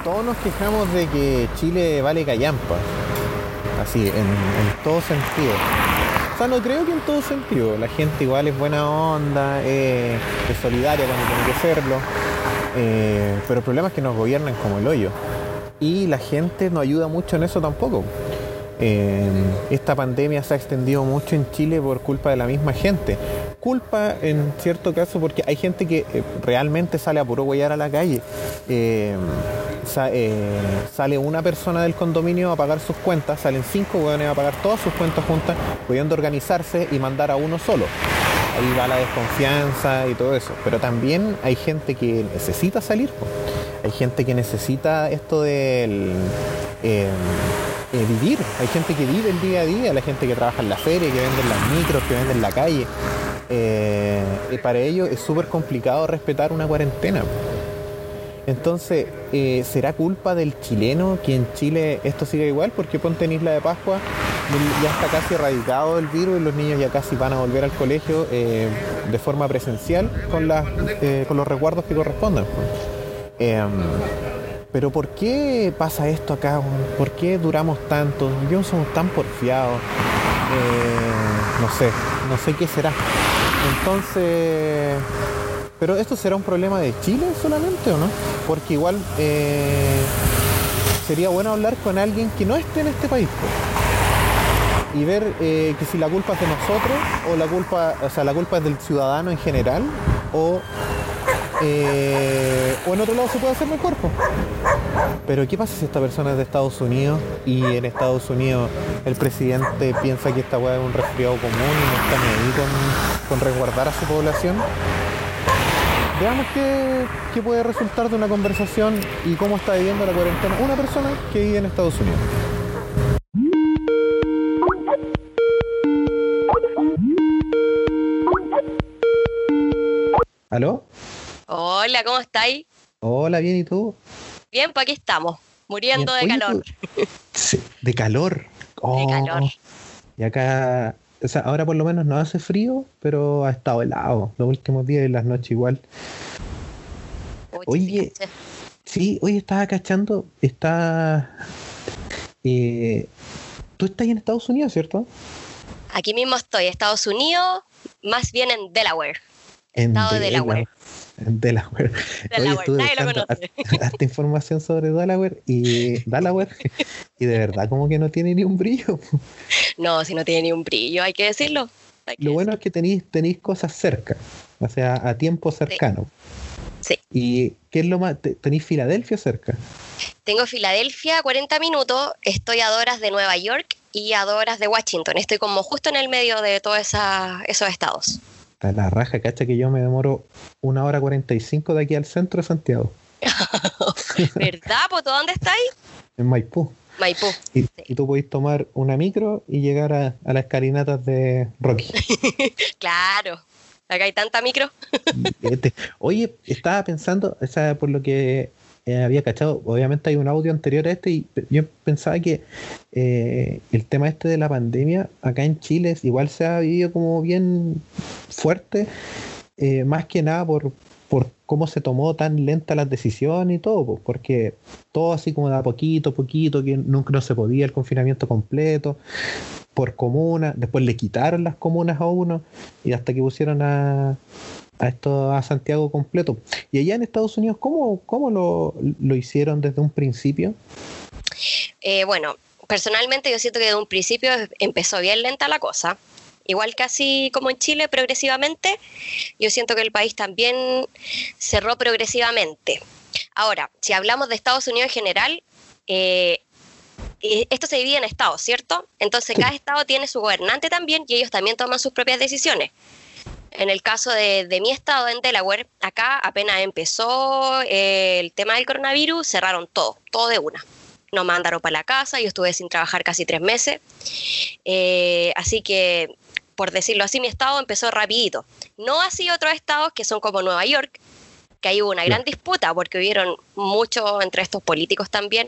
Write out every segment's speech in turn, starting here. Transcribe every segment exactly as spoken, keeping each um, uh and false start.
todos nos quejamos de que Chile vale callampa, así, en, en todo sentido. O sea, no creo que en todo sentido. La gente igual es buena onda, eh, es solidaria cuando tiene que serlo, eh, pero el problema es que nos gobiernan como el hoyo. Y la gente no ayuda mucho en eso tampoco. Eh, esta pandemia se ha extendido mucho en Chile por culpa de la misma gente. Culpa en cierto caso porque hay gente que eh, realmente sale a puro huellar a la calle. Eh, sa eh, sale una persona del condominio a pagar sus cuentas, salen cinco hueones a pagar todas sus cuentas juntas, pudiendo organizarse y mandar a uno solo. Ahí va la desconfianza y todo eso. Pero también hay gente que necesita salir, po. Hay gente que necesita esto del eh, eh, vivir. Hay gente que vive el día a día, la gente que trabaja en la feria, que vende en las micros, que vende en la calle. Eh, y para ellos es súper complicado respetar una cuarentena. Entonces, eh, ¿será culpa del chileno que en Chile esto siga igual? Porque ponte en Isla de Pascua, ya está casi erradicado el virus y los niños ya casi van a volver al colegio eh, de forma presencial con, las, eh, con los resguardos que correspondan. Eh, pero ¿por qué pasa esto acá? ¿Por qué duramos tanto? ¿Por qué somos tan porfiados? Eh, no sé, no sé qué será. Entonces, ¿pero esto será un problema de Chile solamente o no? Porque igual eh, sería bueno hablar con alguien que no esté en este país, pues, y ver eh, que si la culpa es de nosotros o la culpa, o sea, la culpa es del ciudadano en general o Eh, o en otro lado se puede hacer mejor, pues. Pero ¿qué pasa si esta persona es de Estados Unidos y en Estados Unidos el presidente piensa que esta weá es un resfriado común y no está ni ahí con, con resguardar a su población? Veamos qué, qué puede resultar de una conversación y cómo está viviendo la cuarentena una persona que vive en Estados Unidos. ¿Aló? Hola, ¿cómo estáis? Hola, bien, ¿y tú? Bien, pues aquí estamos, muriendo Bien. de Oye, calor. tú- sí, de calor. Oh, De calor. y acá, o sea, ahora por lo menos no hace frío, pero ha estado helado los últimos días y las noches igual. Uy, Oye, sí, caché. sí, oye, estaba cachando, está... eh, tú estás en Estados Unidos, ¿cierto? Aquí mismo estoy, Estados Unidos, más bien en Delaware. En Estado de Delaware. En Delaware. Oye, Delaware, estuve nadie lo buscando conoce. har- harta información sobre Delaware y Delaware y de verdad como que no tiene ni un brillo. No, si no tiene ni un brillo, hay que decirlo. Hay que Lo bueno es decirlo. que tenéis tenéis cosas cerca, o sea, a tiempo cercano. Sí. ¿Y qué es lo más? te- ¿Tenéis Filadelfia cerca? Tengo Filadelfia, cuarenta minutos, estoy a dos horas de Nueva York y a dos horas de Washington. Estoy como justo en el medio de todos esa, esos estados. Está la raja, cacha que yo me demoro una hora cuarenta y cinco de aquí al centro de Santiago, ¿Verdad, Poto? ¿Dónde estáis? en Maipú. Maipú. Y, Sí. y tú podéis tomar una micro y llegar a, a las escalinatas de Rocky. Claro. Acá hay tanta micro. Este, Oye, estaba pensando, o sea, por lo que eh, había cachado, obviamente hay un audio anterior a este y pe- yo pensaba que eh, el tema este de la pandemia acá en Chile es- igual se ha vivido como bien fuerte, eh, más que nada por, por cómo se tomó tan lenta las decisiones y todo, pues, porque todo así como de a poquito, poquito, que nunca no se podía el confinamiento completo, por comuna, después le quitaron las comunas a uno y hasta que pusieron a a esto a Santiago completo. Y allá en Estados Unidos, ¿cómo, cómo lo, lo hicieron desde un principio? Eh, bueno, personalmente yo siento que desde un principio empezó bien lenta la cosa. Igual casi como en Chile, progresivamente, yo siento que el país también cerró progresivamente. Ahora, si hablamos de Estados Unidos en general, eh, eh, esto se divide en estados, ¿cierto? Entonces Sí. cada estado tiene su gobernante también y ellos también toman sus propias decisiones. En el caso de, de mi estado, en Delaware, acá apenas empezó eh, el tema del coronavirus, cerraron todo, todo de una. Nos mandaron para la casa, yo estuve sin trabajar casi tres meses. Eh, así que, por decirlo así, mi estado empezó rapidito. No así otros estados que son como Nueva York, que ahí hubo una gran disputa porque hubieron muchos entre estos políticos también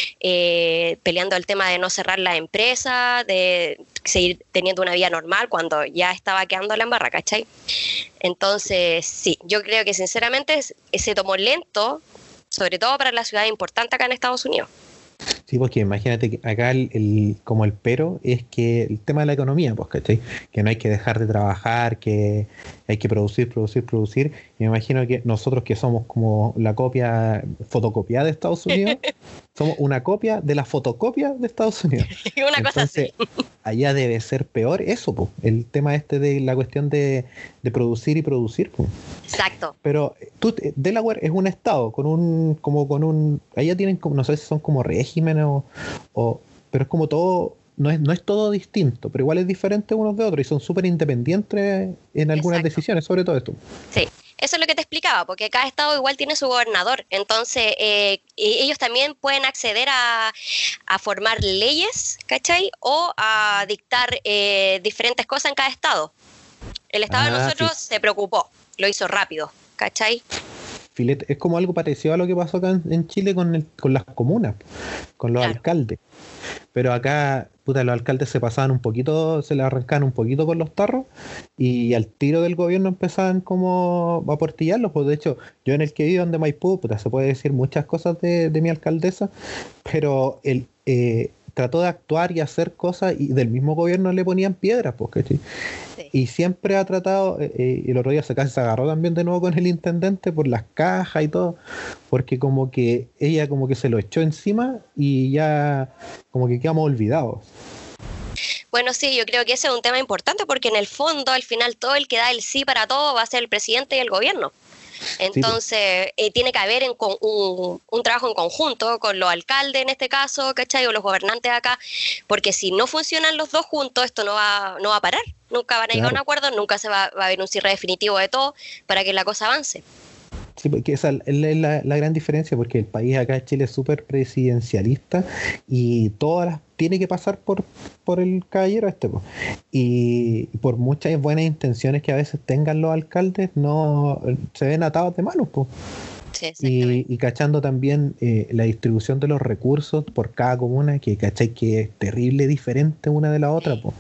eh, peleando el tema de no cerrar la empresa, de seguir teniendo una vida normal cuando ya estaba quedando la embarra, ¿cachai? Entonces, sí, yo creo que sinceramente se tomó lento sobre todo para la ciudad importante acá en Estados Unidos. Sí, porque imagínate que acá el, el- como el pero es que el tema de la economía, pues, ¿cachai? Que no hay que dejar de trabajar, que hay que producir, producir, producir. Y me imagino que nosotros que somos como la copia fotocopiada de Estados Unidos, somos una copia de la fotocopia de Estados Unidos. Una cosa Entonces, así. allá debe ser peor eso, pues, el tema este de la cuestión de, de producir y producir, pues. Exacto. Pero tú, eh, Delaware es un estado con un, como con un, allá tienen como, no sé si son como regímenes o, o- pero es como todo, no es, no es todo distinto, pero igual es diferente unos de otros y son súper independientes en algunas Exacto. decisiones, sobre todo esto. Sí, eso es lo que te explicaba, porque cada estado igual tiene su gobernador, entonces eh, e- ellos también pueden acceder a, a formar leyes, ¿cachai? O a dictar eh, diferentes cosas en cada estado. El estado de Ah, nosotros sí. se preocupó, lo hizo rápido, ¿cachai? Filete, es como algo parecido a lo que pasó acá en, en Chile con, el, con las comunas, con los Claro. alcaldes. Pero acá, puta, los alcaldes se pasaban un poquito, se le arrancaban un poquito con los tarros y al tiro del gobierno empezaban como a portillarlos. Pues de hecho, yo en el que vivo, donde Maipú, puta, se puede decir muchas cosas de, de mi alcaldesa, pero él eh, trató de actuar y hacer cosas y del mismo gobierno le ponían piedras, pues, ¿cachai? Sí. Y siempre ha tratado, eh, eh, y el otro día se casi se agarró también de nuevo con el intendente por las cajas y todo, porque como que ella como que se lo echó encima y ya como que quedamos olvidados. Bueno, sí, yo creo que ese es un tema importante porque en el fondo, al final, todo el que da el sí para todo va a ser el presidente y el gobierno. Sí, pues. Entonces, eh, tiene que haber en con- un, un trabajo en conjunto con los alcaldes en este caso, ¿cachai? O los gobernantes acá, porque si no funcionan los dos juntos, esto no va, no va a parar. Nunca van a llegar a un Claro. acuerdo, nunca se va, va a haber un cierre definitivo de todo para que la cosa avance. Sí, porque esa es la, la- la gran diferencia, porque el país acá, Chile, es súper presidencialista y todas las tiene que pasar por, por el caballero este, po. Y por muchas buenas intenciones que a veces tengan los alcaldes, no se ven atados de manos, po. Sí, exactamente. Y, y cachando también eh, la distribución de los recursos por cada comuna, que cachai que es terrible diferente una de la otra, po.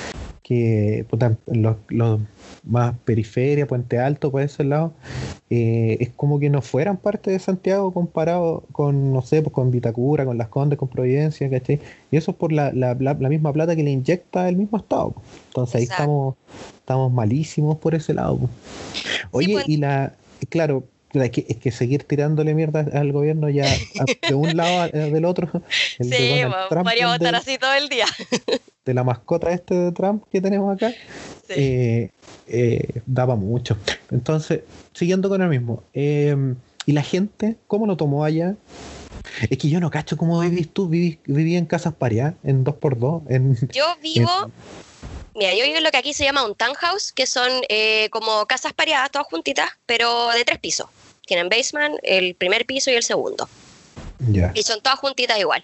Que puta, los, los más periferia, Puente Alto, por ese lado, eh, es como que no fueran parte de Santiago comparado con, no sé, pues con Vitacura, con Las Condes, con Providencia, ¿cachai? Y eso es por la, la, la- la misma plata que le inyecta el mismo Estado, po. Entonces ahí Exacto. estamos, estamos malísimos por ese lado, po. Oye, pues, y la, claro, es que, es que seguir tirándole mierda al gobierno ya a- de un lado a- del otro, el de sí, Donald bueno, Trump, podríamos el estar de, así todo el día. de la mascota este de Trump que tenemos acá, Sí. eh, eh, daba mucho. Entonces, siguiendo con el mismo, eh, ¿y la gente cómo lo tomó allá? Es que yo no cacho cómo vivís tú, viví, viví en casas pareadas, en dos por dos, en, Yo en- vivo, mira, yo vivo en lo que aquí se llama un townhouse, que son eh, como casas pareadas, todas juntitas, pero de tres pisos. Tienen basement, el primer piso y el segundo. ya. Y son todas juntitas igual.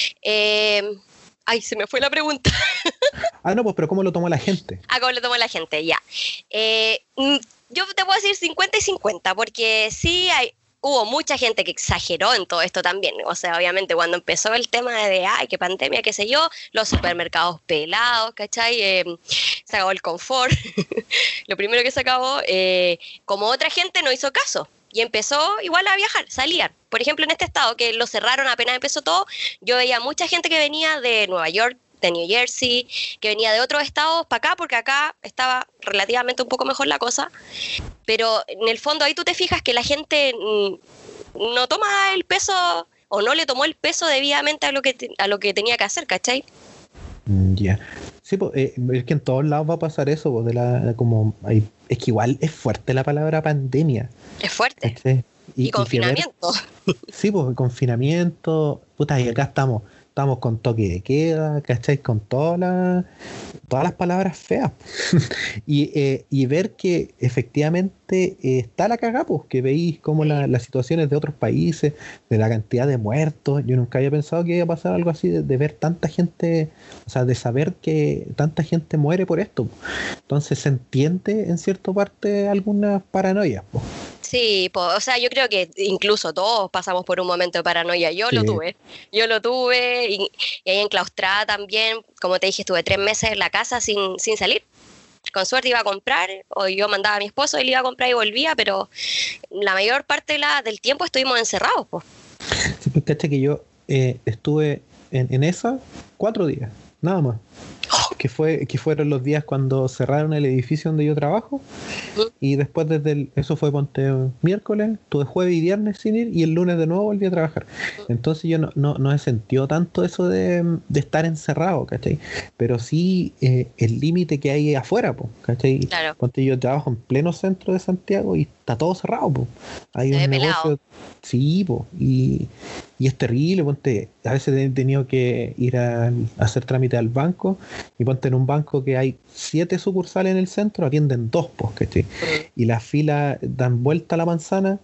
Eh, ay, se me fue la pregunta. Ah, no, pues, pero ¿cómo lo tomó la gente? ¿A cómo lo toma la gente? Ya. Eh, mm, yo te puedo decir cincuenta y cincuenta, porque sí hay, hubo mucha gente que exageró en todo esto también. O sea, obviamente cuando empezó el tema de, ay, qué pandemia, qué sé yo, los supermercados pelados, ¿cachai? Eh, se acabó el confort. Lo primero que se acabó, eh, como otra gente no hizo caso. Y empezó igual a viajar, salían. Por ejemplo, en este estado, que lo cerraron apenas empezó todo, yo veía mucha gente que venía de Nueva York, de New Jersey, que venía de otros estados para acá, porque acá estaba relativamente un poco mejor la cosa. Pero en el fondo ahí tú te fijas que la gente mm, no toma el peso o no le tomó el peso debidamente a lo que, te- a lo que tenía que hacer, ¿cachai? Mm, ya. Sí, pues, eh, es que en todos lados va a pasar eso, pues, de la, como, hay, es que igual es fuerte la palabra pandemia, Es fuerte. ¿cachai? Y, Y, y que ver, confinamiento. sí, pues, confinamiento, puta, y acá estamos, estamos con toque de queda, ¿cachai? Con todas las, todas las palabras feas. y, eh, y ver que efectivamente eh, está la cagá, pues, que veis como Sí. la- las situaciones de otros países, de la cantidad de muertos. Yo nunca había pensado que iba a pasar algo así, de, de ver tanta gente, o sea, de saber que tanta gente muere por esto. Entonces se entiende en cierta parte algunas paranoias, pues. Sí, po, o sea, yo creo que incluso todos pasamos por un momento de paranoia. Yo lo Sí. tuve, yo lo tuve y, y ahí enclaustrada también. Como te dije, estuve tres meses en la casa sin, sin salir. con suerte iba a comprar, o yo mandaba a mi esposo, él iba a comprar y volvía, pero la mayor parte de la, del tiempo estuvimos encerrados, pues. Sí, pues cacha que yo eh, estuve en, en esa cuatro días, nada más. Que fue que fueron los días cuando cerraron el edificio donde yo trabajo. ¿Mm? Y después desde el, eso fue ponte miércoles, tuve jueves y viernes sin ir y el lunes de nuevo volví a trabajar. Entonces yo no, no, no he sentido tanto eso de, de estar encerrado, ¿cachai? Pero sí eh, el límite que hay afuera, po, ¿cachai? Claro. Ponte yo trabajo en pleno centro de Santiago y está todo cerrado, po. Hay Se un ve negocio, pelado. sí, po, y, y es terrible, ponte, a veces he tenido que ir a, a hacer trámite al banco y ponte en un banco que hay siete sucursales en el centro, atienden dos, pues, ¿cachai? Y las filas dan vuelta a la manzana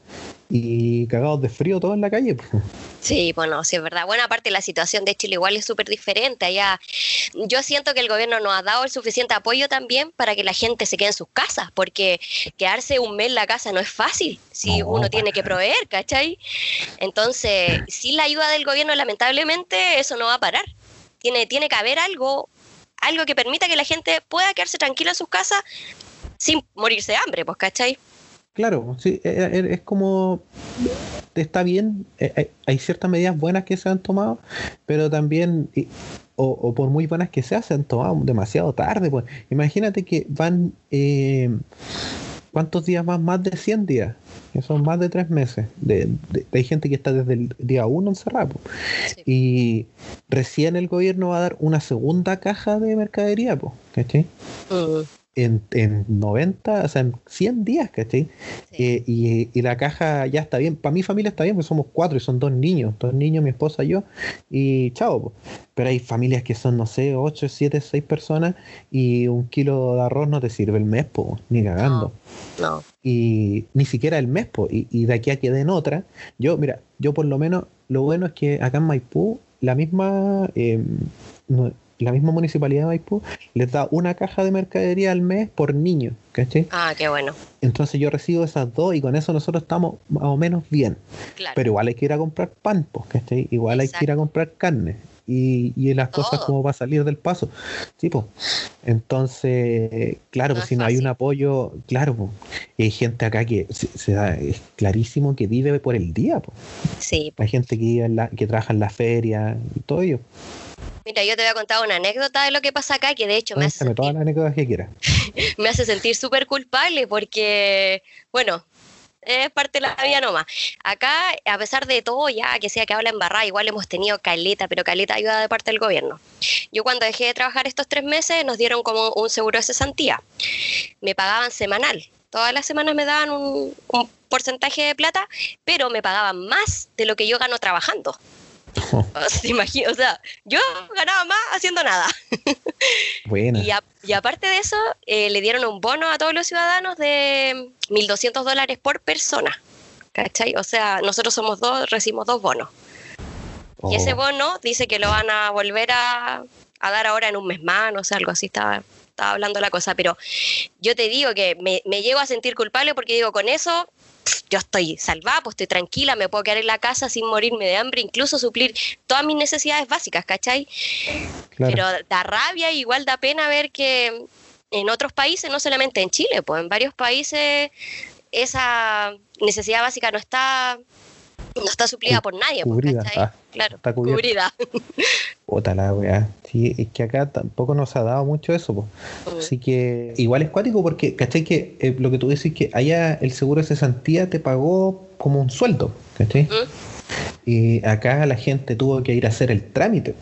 y cagados de frío todos en la calle, pues. Sí, bueno, sí es verdad. Bueno, aparte la situación de Chile igual es súper diferente. Allá yo siento que el gobierno nos ha dado el suficiente apoyo también para que la gente se quede en sus casas, porque quedarse un mes en la casa no es fácil si No, uno tiene para que proveer, ¿cachai? Entonces, sin la ayuda del gobierno, lamentablemente, eso no va a parar. Tiene, tiene que haber algo, algo que permita que la gente pueda quedarse tranquila en sus casas sin morirse de hambre, pues, ¿cachai? Claro, sí, eh, eh, es como está bien, eh, hay- hay ciertas medidas buenas que se han tomado, pero también, y- o, o por muy buenas que sean, se han tomado demasiado tarde, pues. Imagínate que van, eh, ¿cuántos días más? Más de cien días, que son más de tres meses. De, de- hay gente que está desde el día uno encerrada, pues. Sí. Y recién el gobierno va a dar una segunda caja de mercadería, pues, ¿cachai? Mm, En, en noventa, o sea, en cien días, ¿cachai? sí. Eh, y, y la caja ya está bien. Para mi familia está bien, porque somos cuatro y son dos niños. Dos niños, mi esposa y yo. Y chao, po. Pero hay familias que son, no sé, ocho, siete, seis personas y un kilo de arroz no te sirve el mes, po, ni cagando. No, no. Y ni siquiera el mes, po. Y, y de aquí a que den otra. Yo, mira, yo por lo menos, lo bueno es que acá en Maipú, la misma... eh, no- la misma municipalidad de Maipú les da una caja de mercadería al mes por niño, ¿cachai? Ah, qué bueno. Entonces yo recibo esas dos y con eso nosotros estamos más o menos bien. Claro. Pero igual hay que ir a comprar pan, pues, ¿cachai? Igual hay que ir a Exacto. comprar carne. Y, y las cosas Todo. como para salir del paso. Sí, pues. Entonces, claro, No pues es si no hay un fácil. apoyo, claro, pues. Y hay gente acá que se, se da, es clarísimo que vive por el día, pues. Sí. Hay gente que vive en la, que trabaja en la feria y todo ello. Mira, yo te voy a contar una anécdota de lo que pasa acá, que de hecho me hace Cuéntame todas sentir, las anécdotas que quieras. me hace sentir súper culpable porque, bueno, es parte de la vida nomás. Acá, a pesar de todo, ya que sea que habla embarrada, igual hemos tenido caleta, pero caleta ayuda de parte del gobierno. Yo cuando dejé de trabajar estos tres meses nos dieron como un seguro de cesantía. Me pagaban semanal. Todas las semanas me daban un, un porcentaje de plata, pero me pagaban más de lo que yo gano trabajando. O sea, imagino, o sea, yo ganaba más haciendo nada. Buena. Y, a- y aparte de eso, eh, le dieron un bono a todos los ciudadanos de mil doscientos dólares por persona. ¿Cachai? O sea, nosotros somos dos, recibimos dos bonos. Y ese Oh. bono dice que lo van a volver a, a dar ahora en un mes más, no sé, algo así estaba, estaba hablando la cosa. Pero yo te digo que me, me llego a sentir culpable porque digo, con eso pff, yo estoy salvada, pues estoy tranquila, me puedo quedar en la casa sin morirme de hambre, incluso suplir todas mis necesidades básicas, ¿cachai? Claro. Pero da rabia, igual da pena ver que en otros países, no solamente en Chile, pues en varios países esa necesidad básica no está no está suplida Cu- por nadie, pues, cubrida. ¿cachai? Ah, Claro, está cubierta. cubrida. Puta la weá. Sí, es que acá tampoco nos ha dado mucho eso, po. Así que igual es cuático porque, ¿cachai? Que eh, lo que tú decís que allá el seguro de cesantía te pagó como un sueldo, ¿cachai? ¿Mm? Y acá la gente tuvo que ir a hacer el trámite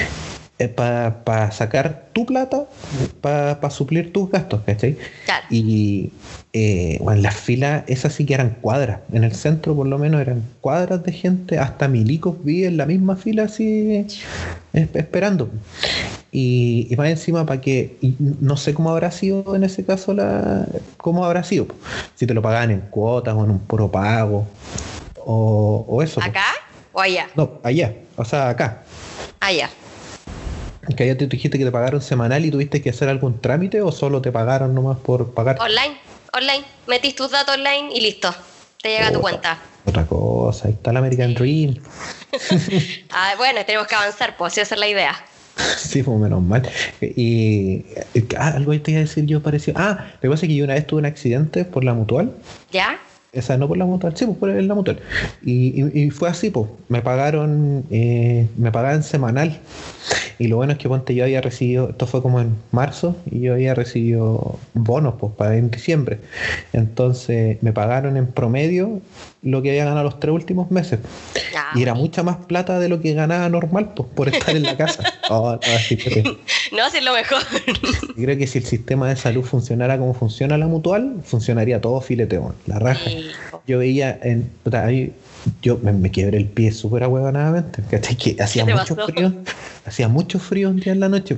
para pa sacar tu plata, para pa suplir tus gastos, ¿cachai? Claro. Y eh, bueno, las filas, esas sí que eran cuadras. En el centro, por lo menos, eran cuadras de gente. Hasta milicos vi en la misma fila, así es- esperando. Y, y más encima, para que. Y no sé cómo habrá sido en ese caso, la cómo habrá sido. Si te lo pagaban en cuotas o en un puro pago, o, o eso. po. ¿Acá o allá? No, allá, o sea, acá. Allá. Que allá te dijiste que te pagaron semanal y tuviste que hacer algún trámite o solo te pagaron nomás por pagar. Online, online. Metís tus datos online y listo. Te llega a tu Otra- cuenta. Otra cosa, ahí está el American Dream. Ah, bueno, tenemos que avanzar, pues, esa es la idea. Sí, pues menos mal. Y ah, algo te iba a decir yo parecido. Ah, lo que pasa es que yo una vez tuve un accidente por la mutual. ¿Ya? Esa no por la mutual, sí, pues por la mutual. Y, y, y fue así, pues. Me pagaron, eh, me pagaban semanal. Y lo bueno es que ponte yo había recibido, esto fue como en marzo, y yo había recibido bonos, pues, para en diciembre. Entonces me pagaron en promedio lo que había ganado los tres últimos meses. Ah, Y era mucha más plata de lo que ganaba normal, pues, por estar en la casa. Oh, no, así que, no, así es lo mejor. yo creo que si el sistema de salud funcionara como funciona la mutual, funcionaría todo fileteo, la raja. Sí. Yo veía en puta, ahí, yo me, me quebré el pie súper ahuevanadamente, ¿cachai? Que hacía ¿Qué te mucho pasó? frío, hacía mucho frío un día en la noche.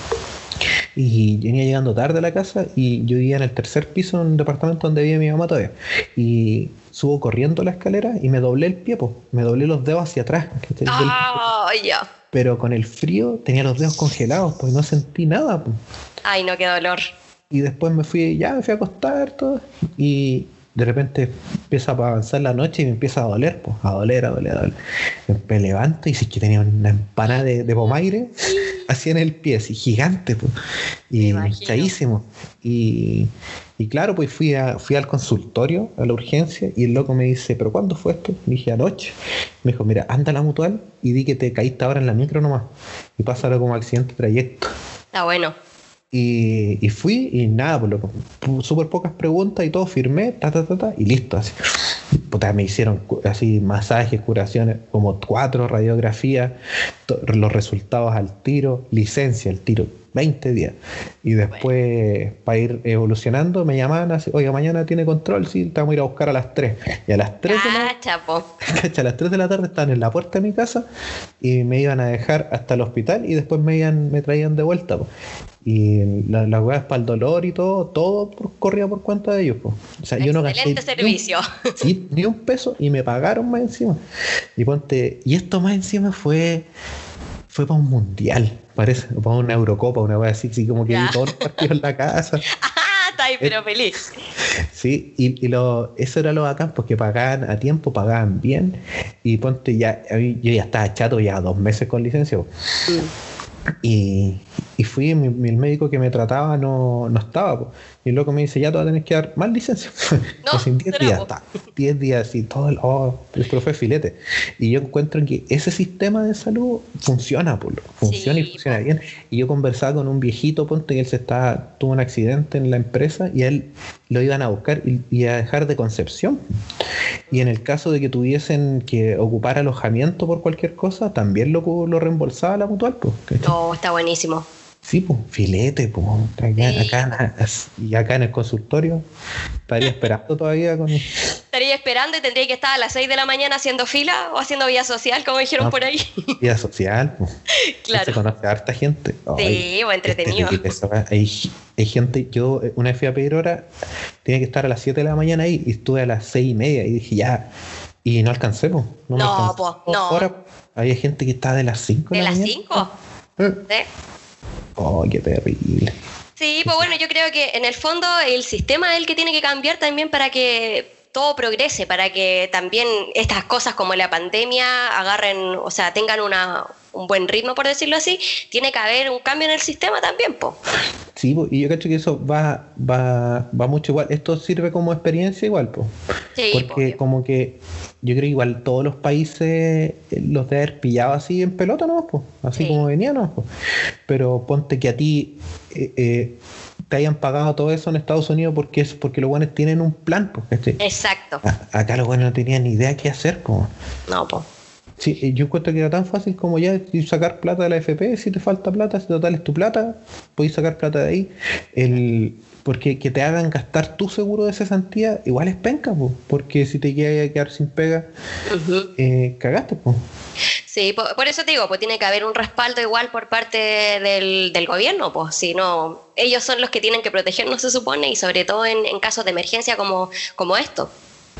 Y venía llegando tarde a la casa y yo vivía en el tercer piso en un departamento donde vivía mi mamá todavía. Y subo corriendo la escalera y me doblé el pie, po. Me doblé los dedos hacia atrás. ¿Cachai? Ah, Del- ya. Pero con el frío tenía los dedos congelados, pues no sentí nada, po. Ay, no, qué dolor. Y después me fui, ya me fui a acostar, todo. Y de repente empieza a avanzar la noche y me empieza a doler, pues, a doler, a doler, a doler. Me levanto y si es que tenía una empanada de, de pomaire así en el pie, así gigante, pues. Me Y imagino. hinchadísimo. Y, y claro, pues fui a, fui al consultorio, a la urgencia, y el loco me dice, ¿pero cuándo fue esto? Me dije, anoche. Me dijo, mira, anda a la mutual y di que te caíste ahora en la micro nomás. Y pásalo como accidente de trayecto. Está bueno. Y, y fui y nada, pues loco, pu- súper pocas preguntas y todo, firmé, ta, ta, ta, ta, y listo, así. Puta, me hicieron cu- así masajes, curaciones, como cuatro radiografías, to- los resultados al tiro, licencia al tiro, veinte días. Y después, para ir evolucionando, me llamaban así, oiga, mañana tiene control, sí, te vamos a ir a buscar a las tres. Y a las tres de la Ah, chapo. Cacha, a las tres de la tarde estaban en la puerta de mi casa y me iban a dejar hasta el hospital y después me iban, me traían de vuelta, po. Y las la weas para el dolor y todo, todo por- corría por cuenta de ellos, po. O sea, yo no gasté Excelente ni un- servicio. sí, ni un peso y me pagaron más encima. Y ponte, y esto más encima fue fue para un mundial, parece, para una Eurocopa, una wea así, así como que Ya. vi todos los partidos en la casa. Ah, está ahí, pero feliz. Sí, y, y lo, eso era lo bacán, porque pagaban a tiempo, pagaban bien, y ponte ya, a mí- yo ya estaba chato ya dos meses con licencia, po. y, y fui, mi, mi- el médico que me trataba no, no estaba, po. Y el loco me dice, ya te vas a tener que dar más licencia. No, Pues en diez será, días, po. ta, diez días y todo el, oh, el profe filete. Y yo encuentro que ese sistema de salud funciona, po, loco, funciona Sí, y funciona po. bien. Y yo conversaba con un viejito, ponte que él se estaba, tuvo un accidente en la empresa y a él lo iban a buscar y, y a dejar de Concepción. Y en el caso de que tuviesen que ocupar alojamiento por cualquier cosa, también lo, lo reembolsaba la mutual, pues. ¿Cachai? No, está buenísimo. Sí, pues, filete, pues. Acá, Sí. acá, y acá en el consultorio estaría esperando todavía con. Estaría esperando y tendría que estar a las seis de la mañana haciendo fila o haciendo vía social, como dijeron No, por ahí. vida social, pues. Se Claro. conoce a harta gente. Sí, Ay, o entretenido. es terrible esa weá. Hay, hay gente, yo eh, una vez fui a pedir hora, tenía que estar a las siete de la mañana ahí y estuve a las seis y media y dije ya, y no alcancé, pues. No, me No, alcanzó. po, no. Ahora había gente que estaba de las cinco ¿De de la las mañana. cinco? Eh. ¿Sí? Oh, qué terrible. Sí, pues bueno, yo creo que en el fondo el sistema es el que tiene que cambiar también para que todo progrese, para que también estas cosas como la pandemia agarren, o sea, tengan una, un buen ritmo, por decirlo así. Tiene que haber un cambio en el sistema también, pues. Sí, po, y yo cacho que eso va, va, va mucho igual. Esto sirve como experiencia igual, pues. Sí, Porque obvio. como que yo creo que igual todos los países eh, los de haber pillado así en pelota, ¿no? Pues, así Sí. como venían, ¿no? Pues. Pero ponte que a ti eh, eh, te hayan pagado todo eso en Estados Unidos porque es porque los buenos tienen un plan, pues. ¿Cachai? Exacto. A- Acá los buenos no tenían ni idea qué hacer, como. No, pues. Sí, eh, yo encuentro que era tan fácil como ya sacar plata de la F P, si te falta plata, si total es tu plata, podéis sacar plata de ahí. El, porque que te hagan gastar tu seguro de cesantía, igual es penca, po, porque si te quieres quedar sin pega, Ujú. eh, cagaste, pues. Sí, por, por eso te digo, pues tiene que haber un respaldo igual por parte del, del gobierno, pues si no, ellos son los que tienen que protegernos, se supone, y sobre todo en, en casos de emergencia como, como esto.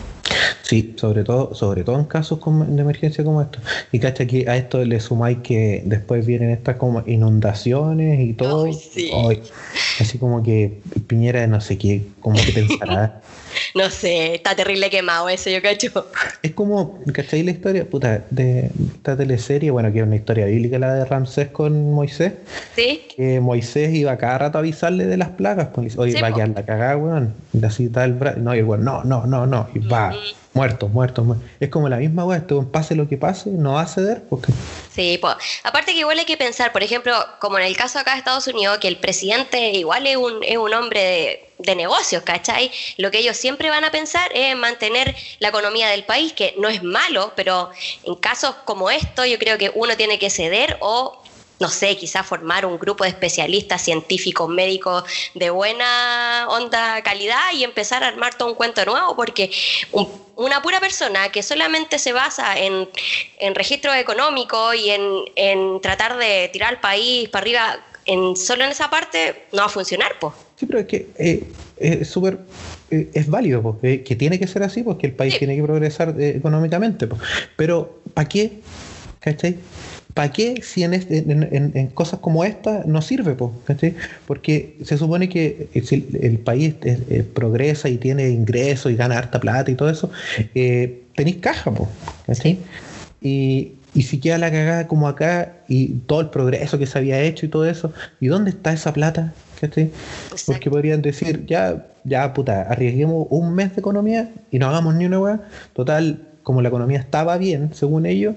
Sí, sobre todo, sobre todo en casos como- de emergencia como estos. Y cacha que a esto le sumáis que después vienen estas como inundaciones y todo. Ay, sí. Ay, así como que Piñera no sé qué, como que pensará. No sé, está terrible quemado eso, yo cacho. Es como, ¿cachai la historia? Puta, de esta teleserie, bueno, que es una historia bíblica, la de Ramsés con Moisés. ¿Sí? Que Moisés iba cada rato a avisarle de las plagas. Pues, oye, Sí, va a po. quedar la cagada, weón. Y así está el brazo. No, y el weón, no, no, no, no. Y va, muerto, muerto, muerto. Es como la misma weón, este weón, pase lo que pase, no va a ceder. Porque... Sí, pues. Aparte que igual hay que pensar, por ejemplo, como en el caso acá de Estados Unidos, que el presidente igual es un, es un hombre de, de negocios, ¿cachai? Lo que ellos siempre van a pensar es mantener la economía del país, que no es malo, pero en casos como esto yo creo que uno tiene que ceder o, no sé, quizás formar un grupo de especialistas, científicos, médicos de buena onda, calidad y empezar a armar todo un cuento nuevo, porque un, una pura persona que solamente se basa en, en registros económicos y en, en tratar de tirar al país para arriba en, solo en esa parte, no va a funcionar, pues. Sí, pero es que eh, es súper... Eh, es válido, pues, eh, que tiene que ser así, porque el país Sí. tiene que progresar eh, económicamente. Pues. Pero, ¿para qué? ¿Cachai? ¿Para qué si en, este, en, en, en cosas como esta no sirve? Po, ¿cachai? Porque se supone que si el, el país eh, eh, progresa y tiene ingresos y gana harta plata y todo eso, eh, tenéis caja, po, ¿cachai? Sí. Y, y si queda la cagada como acá y todo el progreso que se había hecho y todo eso, ¿y dónde está esa plata? ¿Cachai? Exacto. Porque podrían decir, ya, ya puta, arriesguemos un mes de economía y no hagamos ni una weá, total. Como la economía estaba bien, según ellos,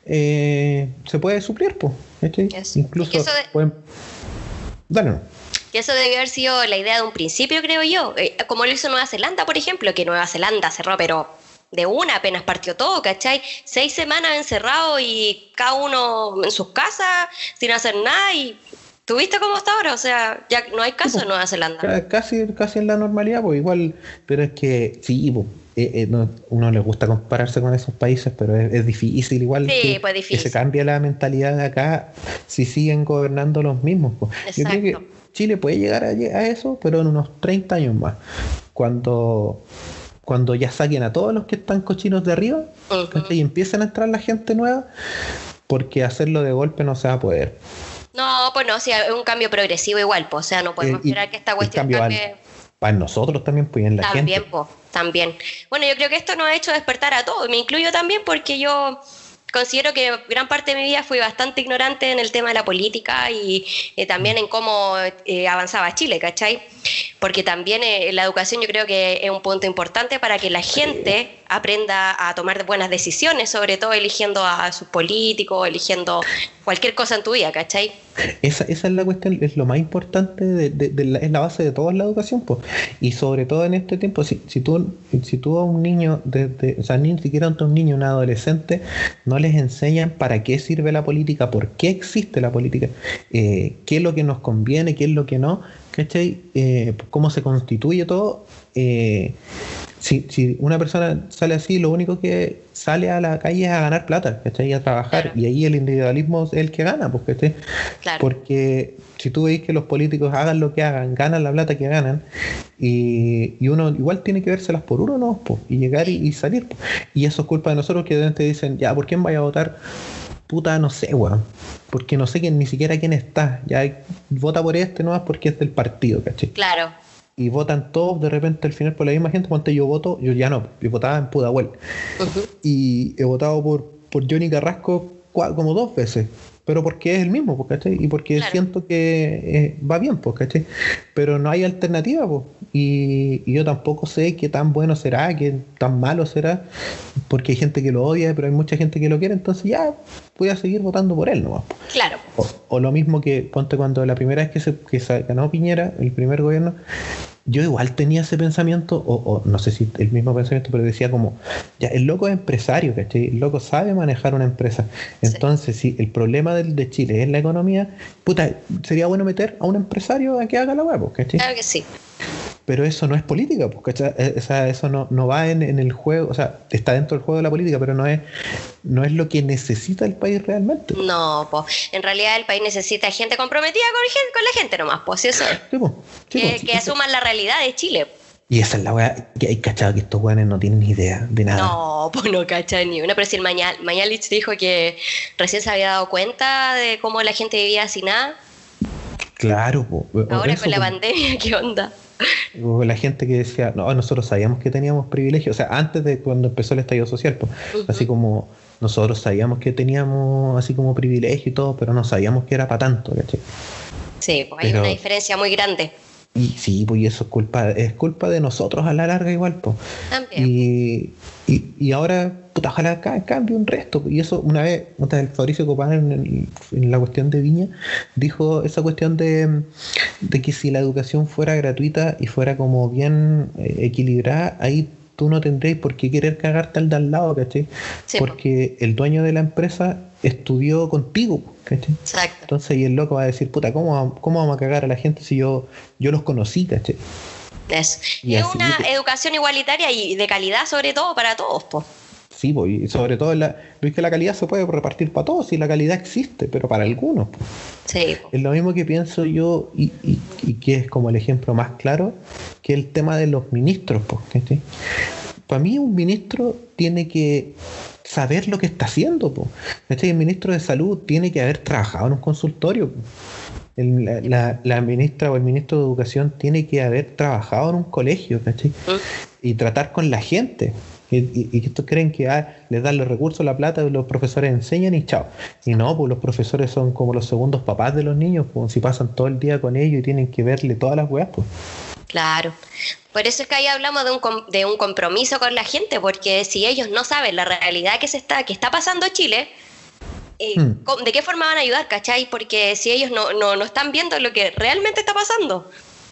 eh, se puede suplir, pues. Eso. Incluso Es que eso de- pueden... Dale, no. Y eso debió haber sido la idea de un principio, creo yo. Eh, como lo hizo Nueva Zelanda, por ejemplo, que Nueva Zelanda cerró, pero de una apenas partió todo, ¿cachai? Seis semanas encerrados y cada uno en sus casas, sin hacer nada. Y ¿tuviste cómo está ahora? O sea, ya no hay caso en Nueva Zelanda. Ca- Casi, casi en la normalidad, pues igual, pero es que sí, pues, eh, eh, no, uno le gusta compararse con esos países, pero es, es difícil igual Sí, que, pues que difícil. se cambie la mentalidad de acá si siguen gobernando los mismos. Pues. Yo creo Exacto. que Chile puede llegar a, a eso, pero en unos treinta años más, cuando, cuando ya saquen a todos los que están cochinos de arriba, Ujú. ¿cachai? Y empiecen a entrar la gente nueva, porque hacerlo de golpe no se va a poder. No, pues no, sí, es un cambio progresivo igual, pues, o sea, no podemos Eh, y esperar que esta el cuestión cambio va- cambie. Para nosotros también, pues y en la También, gente. pues, también. Bueno, yo creo que esto nos ha hecho despertar a todos, me incluyo también porque yo considero que gran parte de mi vida fui bastante ignorante en el tema de la política y eh, también en cómo eh, avanzaba Chile, ¿cachai? Porque también eh, la educación yo creo que es un punto importante para que la gente aprenda a tomar buenas decisiones, sobre todo eligiendo a sus políticos, eligiendo cualquier cosa en tu vida, ¿cachai? Esa, esa es la cuestión, es lo más importante, de, de, de la, es la base de todo en la educación, pues. Y sobre todo en este tiempo, si, si tú si tú a un niño, de, de, o sea, ni siquiera a un niño, un adolescente, no les enseñan para qué sirve la política, por qué existe la política, eh, qué es lo que nos conviene, qué es lo que no, ¿cachai? Eh, cómo se constituye todo. Eh, si, si una persona sale así, lo único que sale a la calle es a ganar plata, ¿cachai? Y a trabajar. Claro. Y ahí el individualismo es el que gana, pues, ¿cachai? Claro. Porque si tú veis que los políticos hagan lo que hagan, ganan la plata que ganan, y, y uno igual tiene que vérselas por uno, ¿no? Pues, y llegar y, y salir. Pues. Y eso es culpa de nosotros que de repente dicen, ya, ¿por quién vaya a votar? Puta, no sé, weón. Porque no sé quién, ni siquiera quién está. Ya vota por este nomás porque es del partido, ¿cachai? Claro. Y votan todos de repente al final por la misma gente. Ponte, yo voto, yo ya no, yo votaba en Pudahuel. Ujú. Y he votado por, por Johnny Carrasco cua- como dos veces. Pero porque es el mismo, pues, ¿cachai? Y porque Claro. siento que eh, va bien, pues, ¿cachai? Pero no hay alternativa, pues. Y, y yo tampoco sé qué tan bueno será, qué tan malo será. Porque hay gente que lo odia, pero hay mucha gente que lo quiere. Entonces ya voy a seguir votando por él nomás. Pues. Claro. O, o lo mismo que, ponte, cuando la primera vez que se, que se ganó Piñera, el primer gobierno, yo igual tenía ese pensamiento, o, o no sé si el mismo pensamiento, pero decía como, ya, el loco es empresario, ¿cachai? El loco sabe manejar una empresa. Entonces, sí. Si el problema del, de Chile es la economía, puta, sería bueno meter a un empresario a que haga la hueá, ¿cachai? Claro que sí. Pero eso no es política, pues, ¿cachai? O sea, eso no, no va en, en el juego, o sea, está dentro del juego de la política, pero no es, no es lo que necesita el país realmente. No, pues en realidad el país necesita gente comprometida con, gen- con la gente nomás, pues eso es. Sí, pues, sí, que, pues, que sí, asuman la realidad de Chile. Y esa es la weá, que hay cachado que estos weones no tienen ni idea de nada. No, pues no cacha ni una, pero si el Mañal, Mañalich dijo que recién se había dado cuenta de cómo la gente vivía sin nada, Claro, po. ahora Eso, con la po. pandemia, ¿qué onda? O la gente que decía, no, nosotros sabíamos que teníamos privilegios, o sea, antes de cuando empezó el estallido social, pues, uh-huh. Así como nosotros sabíamos que teníamos así como privilegio y todo, pero no sabíamos que era para tanto, ¿cachai? Sí, pues hay pero, una diferencia muy grande. Y sí, pues y eso es culpa, es culpa de nosotros a la larga igual, pues. También. Y, y, y ahora, puta, ojalá cambie un resto. Y eso una vez, una vez Fabricio Copán en, el, en la cuestión de Viña, dijo esa cuestión de, de que si la educación fuera gratuita y fuera como bien eh, equilibrada, ahí tú no tendréis por qué querer cagarte al de al lado, ¿cachai? Sí, porque el dueño de la empresa estudió contigo, ¿cachai? Exacto. Entonces, y el loco va a decir, puta, ¿cómo, cómo vamos a cagar a la gente si yo, yo los conocí, ¿cachai? Eso. Y, y es una que... educación igualitaria y de calidad sobre todo para todos, pues. Sí, pues, y sobre todo, la, es que la calidad se puede repartir para todos y la calidad existe, pero para algunos. Pues. Sí. Es lo mismo que pienso yo y, y, y que es como el ejemplo más claro, que el tema de los ministros, pues, ¿cachai? Para mí un ministro tiene que saber lo que está haciendo, pues. ¿Cachai? El ministro de salud tiene que haber trabajado en un consultorio, pues. El, la, la, la ministra o el ministro de educación tiene que haber trabajado en un colegio, ¿cachai? ¿Mm? Y tratar con la gente. Y, y, y estos creen que ah, les dan los recursos, la plata, los profesores enseñan y chao. Y no, pues los profesores son como los segundos papás de los niños, pues si pasan todo el día con ellos y tienen que verle todas las weas, pues. Claro. Por eso es que ahí hablamos de un, de un compromiso con la gente, porque si ellos no saben la realidad que se está, que está pasando en Chile, eh, hmm. ¿de qué forma van a ayudar, cachai? Porque si ellos no, no, no están viendo lo que realmente está pasando.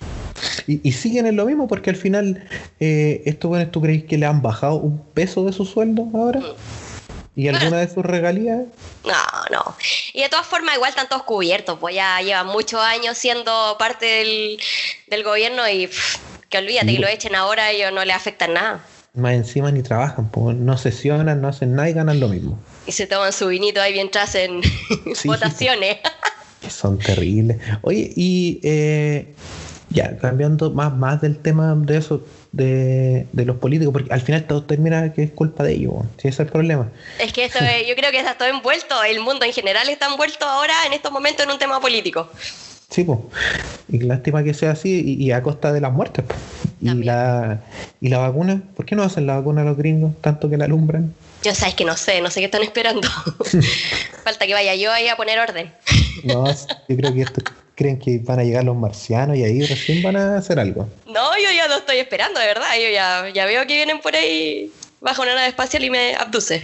Y, y siguen en lo mismo, porque al final, eh, estos buenos, ¿tú crees que le han bajado un peso de su sueldo ahora? Hmm. ¿Y alguna bueno, de sus regalías? No, no. Y de todas formas, igual están todos cubiertos, pues ya llevan muchos años siendo parte del, del gobierno y pff, que olvídate, sí, que lo echen ahora, a ellos no les afectan nada. Más encima ni trabajan, pues no sesionan, no hacen nada y ganan lo mismo. Y se toman su vinito ahí mientras hacen sí, votaciones. Pues, son terribles. Oye, y eh, ya, cambiando más, más del tema de eso, de, de los políticos, porque al final todo termina que es culpa de ellos, si ese es el problema. Es que esto, yo creo que está todo envuelto, el mundo en general está envuelto ahora en estos momentos en un tema político. Sí, pues. Y lástima que sea así y, y a costa de las muertes, pues. Y la, y la vacuna, ¿por qué no hacen la vacuna a los gringos tanto que la alumbran? Yo sabes que no sé, no sé qué están esperando. Falta que vaya yo ahí a poner orden. No, yo creo que esto creen que van a llegar los marcianos y ahí recién van a hacer algo. No, yo ya lo estoy esperando, de verdad. Yo ya, ya veo que vienen por ahí bajo una nave espacial y me abduce.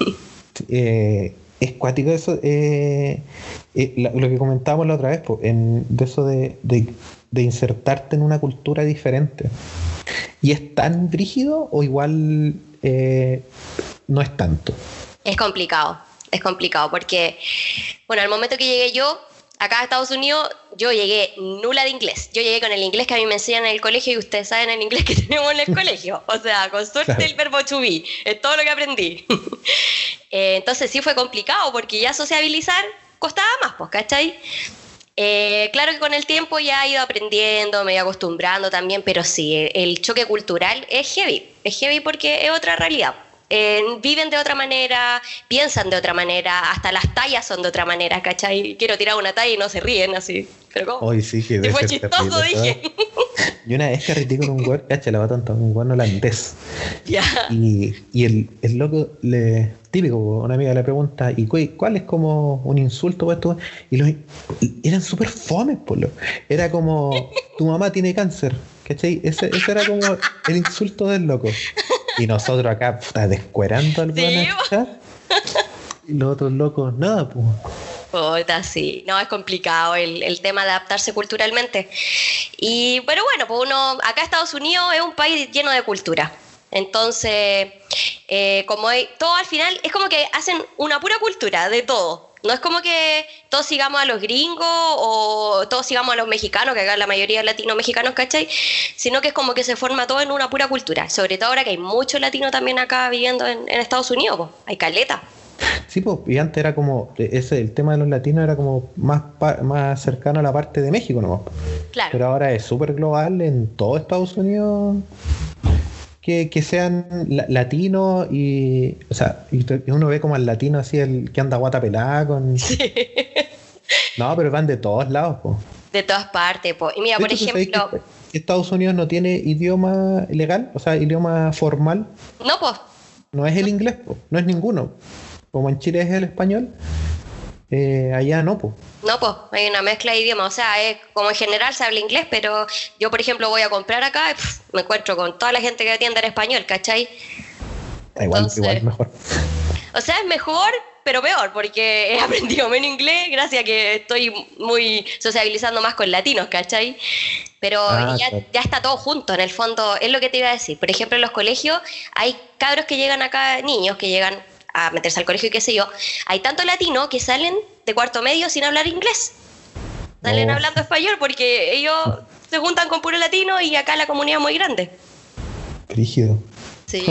eh, es cuático eso, eh, eh, lo, lo que comentábamos la otra vez, pues, en, de eso de, de, de insertarte en una cultura diferente. ¿Y es tan rígido o igual eh, no es tanto? Es complicado, es complicado porque, bueno, al momento que llegué yo, acá a Estados Unidos, yo llegué nula de inglés. Yo llegué con el inglés que a mí me enseñan en el colegio y ustedes saben el inglés que tenemos en el colegio. O sea, con suerte claro. El verbo to be, es todo lo que aprendí. eh, entonces sí fue complicado porque ya sociabilizar costaba más, pues, ¿cachai? Eh, claro que con el tiempo ya he ido aprendiendo, me he ido acostumbrando también, pero sí, el choque cultural es heavy. Es heavy porque es otra realidad. Eh, viven de otra manera, piensan de otra manera, hasta las tallas son de otra manera, ¿cachai? Quiero tirar una talla y no se ríen así. ¿Pero cómo? Hoy sí que fue chistoso, dije. Yo una vez carreté con un güey, cacha, la va tonta, un güey holandés. Ya. Y, y el, el loco, le, típico, una amiga le pregunta, ¿y cuál es como un insulto para esto? Y los, eran súper fomes, por lo. Era como, tu mamá tiene cáncer, ¿cachai? Ese, ese era como el insulto del loco. Y nosotros acá, puta, descuerando al sí, y los otros locos, nada, pues. Puta, sí. No, es complicado el, el tema de adaptarse culturalmente. Y, pero bueno, pues uno, acá Estados Unidos es un país lleno de cultura. Entonces, eh, como hay, todo al final, es como que hacen una pura cultura de todo. No es como que todos sigamos a los gringos o todos sigamos a los mexicanos, que acá la mayoría de latinos mexicanos, ¿cachai? Sino que es como que se forma todo en una pura cultura. Sobre todo ahora que hay muchos latinos también acá viviendo en, en Estados Unidos, pues. Hay caleta. Sí, pues, y antes era como, ese, el tema de los latinos era como más, más cercano a la parte de México nomás. Claro. Pero ahora es súper global en todo Estados Unidos. Que, que sean la, latinos y, o sea, y uno ve como al latino así, el que anda guata pelada con... Sí. No, pero van de todos lados, po. De todas partes, po. Y mira, por ejemplo... Estados Unidos no tiene idioma legal, o sea, idioma formal. No, pues. No es el inglés, po, no es ninguno. Como en Chile es el español, eh, allá no, pues. No, pues, hay una mezcla de idiomas. O sea, es, como en general se habla inglés, pero yo, por ejemplo, voy a comprar acá y pff, me encuentro con toda la gente que atiende en español, ¿cachai? Igual, Entonces, igual mejor. O sea, es mejor, pero peor, porque he aprendido menos inglés gracias a que estoy muy sociabilizando más con latinos, ¿cachai? Pero Ah, ya, claro. ya está todo junto, en el fondo, es lo que te iba a decir. Por ejemplo, en los colegios hay cabros que llegan acá, niños que llegan a meterse al colegio y qué sé yo. Hay tanto latinos que salen de cuarto medio sin hablar inglés. Salen Oh. hablando español porque ellos se juntan con puro latino y acá la comunidad es muy grande. Rígido. Sí.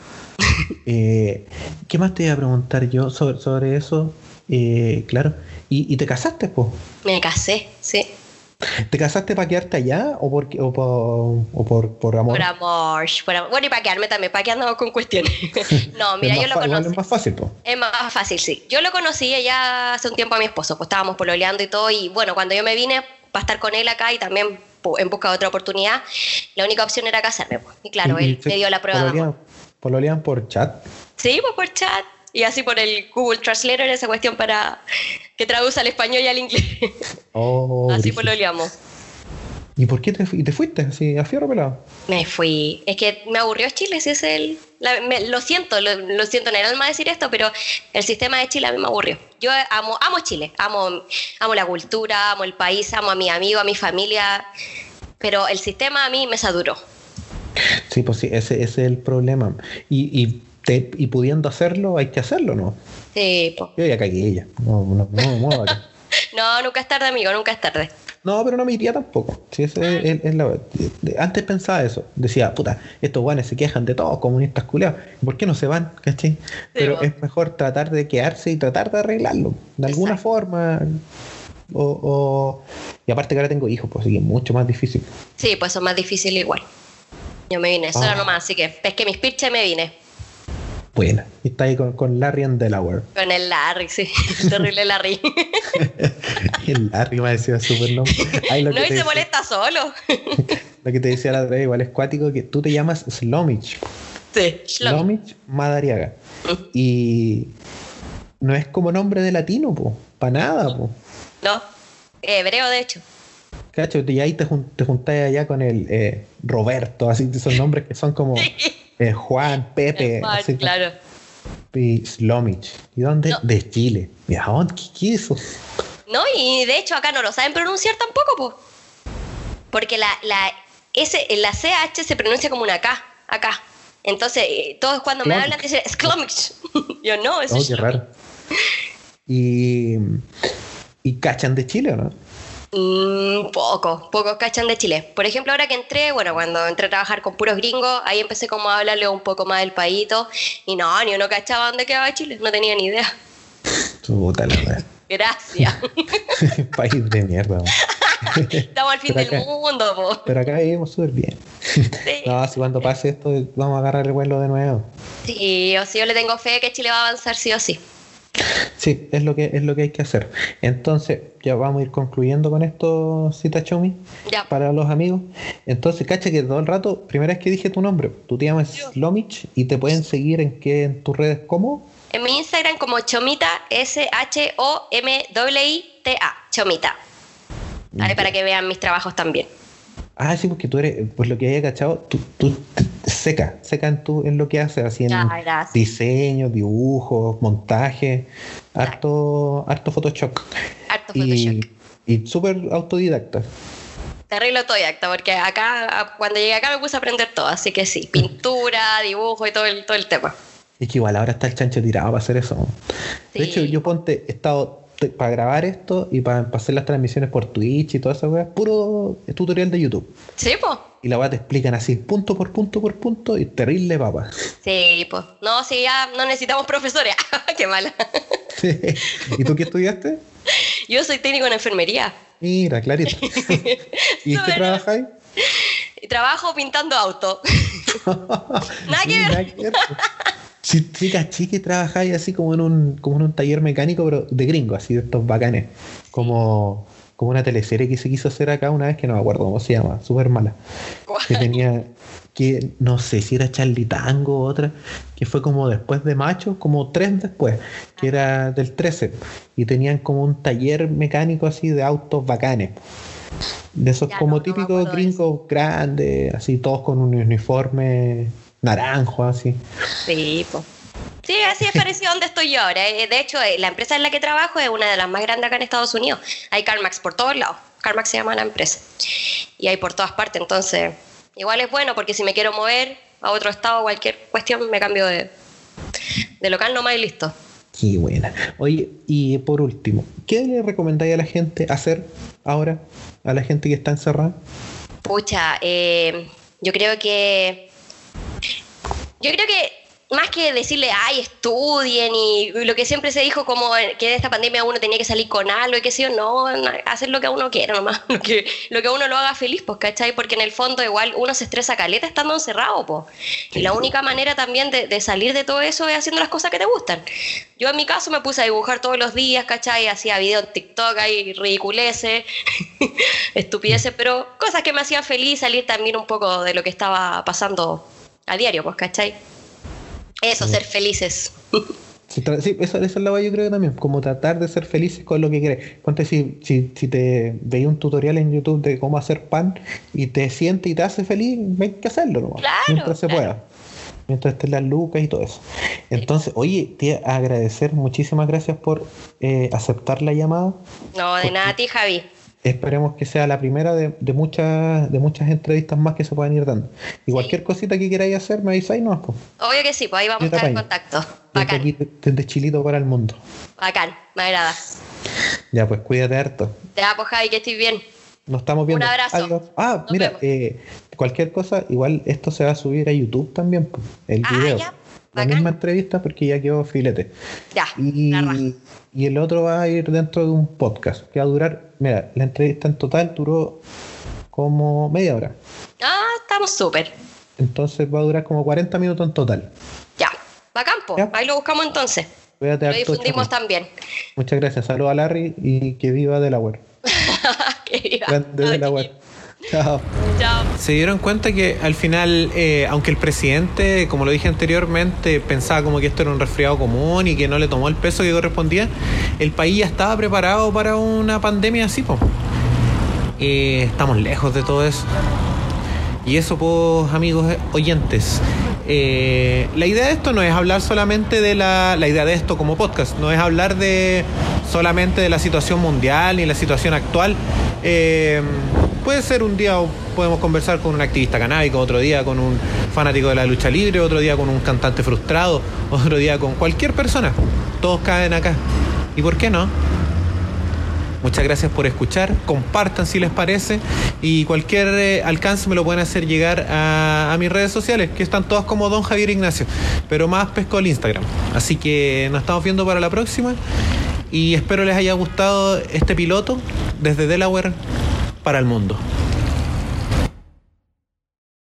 eh, ¿Qué más te iba a preguntar yo sobre, sobre eso? Eh, claro. ¿Y, y te casaste, pues? Me casé, sí. ¿Te casaste para quedarte allá o por, o por, o por, por amor? Por amor, por amor. Bueno, y para quedarme también, para que andamos con cuestiones. No, mira, Es yo más lo fa- igual conocí. es más fácil, pues. Es más fácil, sí. Yo lo conocí ya hace un tiempo a mi esposo, pues estábamos pololeando y todo, y bueno, cuando yo me vine para estar con él acá y también pu- en busca de otra oportunidad, la única opción era casarme, pues. Y claro, él me dio la prueba de amor. ¿Pololean por chat? Sí, pues por chat, y así por el Google Translator, esa cuestión para que traduce al español y al inglés. Oh, Así brígido. pololeamos. ¿Y por qué te, fu- y te fuiste así a fierro pelado? Me fui. Es que me aburrió Chile, si es el... la- me- lo siento, lo, lo siento en el alma decir esto, pero el sistema de Chile a mí me aburrió. Yo amo, amo Chile, amo, amo la cultura, amo el país, amo a mi amigo, a mi familia, pero el sistema a mí me saturó. Sí, pues sí, ese, ese es el problema. Y, y, te, y pudiendo hacerlo, hay que hacerlo, ¿no? Sí, po. Yo ya cagué ella. No, no, no me muevo acá. No, nunca es tarde, amigo, nunca es tarde. No, pero no me iría tampoco. Sí, ese es, es la- de- antes pensaba eso. Decía, puta, estos guanes se quejan de todos, comunistas culiados. ¿Por qué no se van? ¿Cachai? Pero po. es mejor tratar de quedarse y tratar de arreglarlo. De alguna Exacto. forma. O, o- Y aparte que ahora tengo hijos, pues así que es mucho más difícil. Sí, pues eso es más difícil igual. Yo me vine sola Ah. nomás, así que pesqué mis piches y me vine. Buena. Y está ahí con, con Larry en Delaware. Con el Larry, sí, el terrible Larry. El Larry me decía súper nombre. Ay, lo No, que y te se decía- molesta solo. Lo que te decía la otra vez, igual es cuático, que tú te llamas Slomich. Sí, Shlomi. Slomich Madariaga. Y no es como nombre de latino, po. Para nada, po. No, hebreo de hecho. Cacho, y ahí te, jun- te juntás allá con el eh, Roberto, así, esos nombres que son como eh, Juan, Pepe, Juan, así, claro. y Slomich. ¿Y dónde? No. De Chile. Mira, ¿dónde? ¿Qué, qué es eso? No, y de hecho acá no lo saben pronunciar tampoco, po. Porque la, la, S, la C H se pronuncia como una K, acá. Entonces, eh, todos cuando me Claro. hablan dicen Sklomich. Yo no, eso Oh, es qué raro. Y, y cachan de Chile, ¿o no? Mm, poco, pocos cachan de Chile. Por ejemplo, ahora que entré, bueno, cuando entré a trabajar con puros gringos, ahí empecé como a hablarle un poco más del paíto. Y no, ni uno cachaba dónde quedaba Chile, no tenía ni idea. Puta la wea. Gracias. País de mierda. man. Estamos al fin Pero del acá- mundo, po. Pero acá vivimos súper bien. Sí. No, si cuando pase esto vamos a agarrar el vuelo de nuevo. Sí, o sea, yo le tengo fe que Chile va a avanzar sí o sí. Sí, es lo que es lo que hay que hacer. Entonces, ya vamos a ir concluyendo con esto, Cita Chomi, Ya. para los amigos. Entonces, cacha que todo el rato, primera vez que dije tu nombre, tú te llamas Slomich y te pueden seguir en qué, en tus redes, ¿cómo? En mi Instagram como Chomita, S H O M I I T A, Chomita. Ahí para que vean mis trabajos también. Ah, sí, porque tú eres, pues lo que haya cachado, tú, tú te- seca, seca en, tu, en lo que haces, así en Ya, gracias. diseño, dibujos, montaje, harto, harto Photoshop. Harto Y, Photoshop. y súper autodidacta. Terrible autodidacta, porque acá, a- cuando llegué acá me puse a aprender todo, así que sí, pintura, dibujo y todo el, todo el tema. Es que igual ahora está el chancho tirado para hacer eso. De Sí. hecho, yo ponte, he estado te- para grabar esto y para, para hacer las transmisiones por Twitch y toda esa weá, puro tutorial de YouTube. Sí, pues. Y la weá te explican así, punto por punto por punto, y terrible papa. Sí, pues. No, sí, ya no necesitamos profesores. Qué mala. ¿Y tú qué estudiaste? Yo soy técnico en enfermería. Mira, clarito. ¿Y qué Súper. trabajáis? Y trabajo pintando autos. Nada que Sí, ver. nada que ver, po. Sí, sí, caché que trabajáis así como en un como en un taller mecánico, pero de gringo, así de estos bacanes. Como como una teleserie que se quiso hacer acá una vez, que no me acuerdo cómo se llama, súper mala. Que tenía, que no sé si era Charlie Tango o otra, que fue como después de Macho, como tres después, que era del trece, y tenían como un taller mecánico así de autos bacanes. De esos ya, como no, típicos no gringos grandes, así todos con un uniforme naranjo, así. Sí, pues. Sí, así es parecido a donde estoy yo ahora. De hecho, la empresa en la que trabajo es una de las más grandes acá en Estados Unidos. Hay CarMax por todos lados. CarMax se llama la empresa. Y hay por todas partes. Entonces, igual es bueno porque si me quiero mover a otro estado, cualquier cuestión, me cambio de, de local nomás y listo. Qué buena. Oye, y por último, ¿qué le recomendáis a la gente hacer ahora? A la gente que está encerrada. Pucha, eh, yo creo que... Yo creo que más que decirle, ay, estudien y lo que siempre se dijo como que de esta pandemia uno tenía que salir con algo y qué sé yo, no, hacer lo que uno quiera nomás, lo que, lo que uno lo haga feliz, pues, ¿cachai? Porque en el fondo igual uno se estresa caleta estando encerrado, pues. Y la única manera también de, de salir de todo eso es haciendo las cosas que te gustan. Yo en mi caso me puse a dibujar todos los días, ¿cachai? Hacía videos en TikTok, ahí ridiculeces, estupideces, pero cosas que me hacían feliz, salir también un poco de lo que estaba pasando a diario, pues, ¿cachai? Eso, sí. Ser felices. Sí, sí, eso, eso es la yo creo que también, como tratar de ser felices con lo que quieres. Ponte si, si, si te veis un tutorial en YouTube de cómo hacer pan y te siente y te hace feliz, hay que hacerlo nomás, claro, mientras se claro. pueda. Mientras estén las lucas y todo eso. Entonces, oye, te agradecer, muchísimas gracias por eh, aceptar la llamada. No, de nada a ti, Javi. Esperemos que sea la primera de, de muchas de muchas entrevistas más que se puedan ir dando. Y cualquier sí. cosita que queráis hacer, me avisáis, ¿no? Pues. Obvio que sí, pues ahí vamos a estar en contacto. Bacán. Desde, aquí, desde Chilito para el mundo. Bacán, me agrada. Ya, pues cuídate harto. Ya, pues Javi, que estés bien. Nos estamos viendo. Un abrazo. Adiós. Ah, Nos mira, eh, cualquier cosa, igual esto se va a subir a YouTube también, pues, el ah, video. Ya. La Bacán. misma entrevista porque ya quedó filete. Ya, y, y el otro va a ir dentro de un podcast que va a durar, mira, la entrevista en total duró como media hora. Ah, estamos súper. Entonces va a durar como cuarenta minutos en total. Ya, bacán, po. Ahí lo buscamos entonces. Cuídate, lo difundimos también. Muchas gracias, saludos a Larry y que viva Delaware. Que viva. Grande Delaware. Chao. Chao. Se dieron cuenta que al final, eh, aunque el presidente, como lo dije anteriormente, pensaba como que esto era un resfriado común y que no le tomó el peso que correspondía, el país ya estaba preparado para una pandemia así, po. Eh, estamos lejos de todo eso. Y eso, pues, amigos oyentes, eh, la idea de esto no es hablar solamente de la... La idea de esto como podcast no es hablar de solamente de la situación mundial ni la situación actual. Eh, puede ser un día podemos conversar con un activista canábico, otro día con un fanático de la lucha libre, otro día con un cantante frustrado, otro día con cualquier persona. Todos caen acá. ¿Y por qué no? Muchas gracias por escuchar, compartan si les parece y cualquier eh, alcance me lo pueden hacer llegar a, a mis redes sociales, que están todas como Don Javier Ignacio, pero más pesco el Instagram. Así que nos estamos viendo para la próxima y espero les haya gustado este piloto desde Delaware para el mundo.